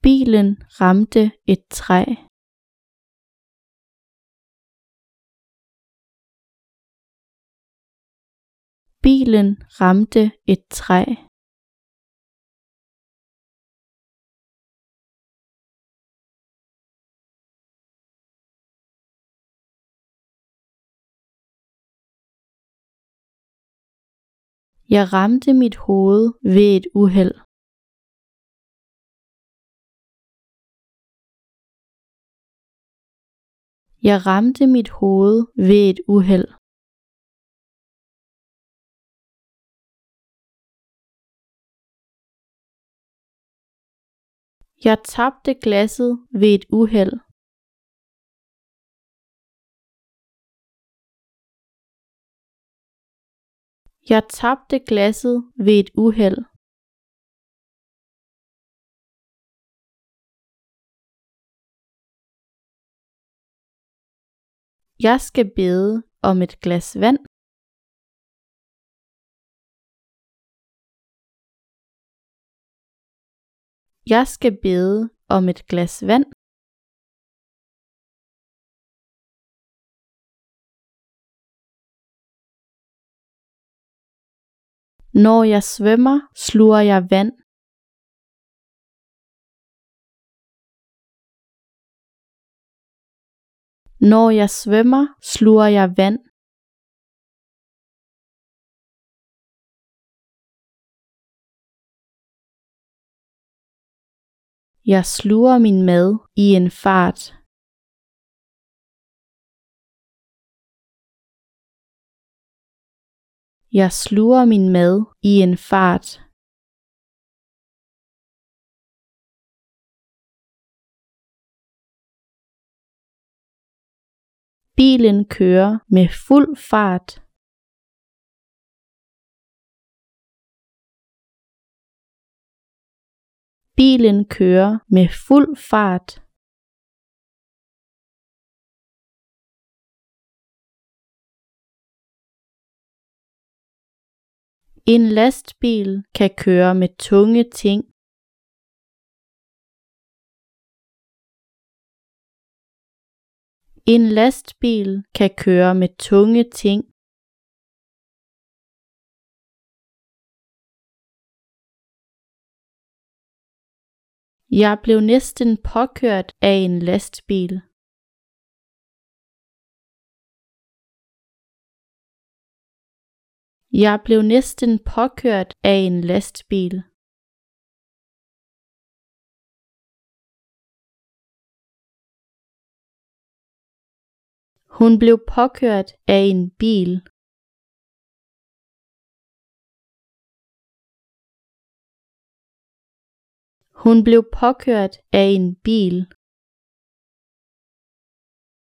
Bilen ramte et træ. Bilen ramte et træ. Jeg ramte mit hoved ved et uheld. Jeg ramte mit hoved ved et uheld. Jeg tabte glasset ved et uheld. Jeg tabte glasset ved et uheld. Jeg skal bede om et glas vand. Jeg skal bede om et glas vand. Når jeg svømmer, sluger jeg vand. Når jeg svømmer, sluger jeg vand. Jeg sluger min mad i en fart. Jeg sluger min mad i en fart. Bilen kører med fuld fart. Bilen kører med fuld fart. En lastbil kan køre med tunge ting. En lastbil kan køre med tunge ting. Jeg blev næsten påkørt af en lastbil. Jeg blev næsten påkørt af en lastbil. Hun blev påkørt af en bil. Hun blev påkørt af en bil.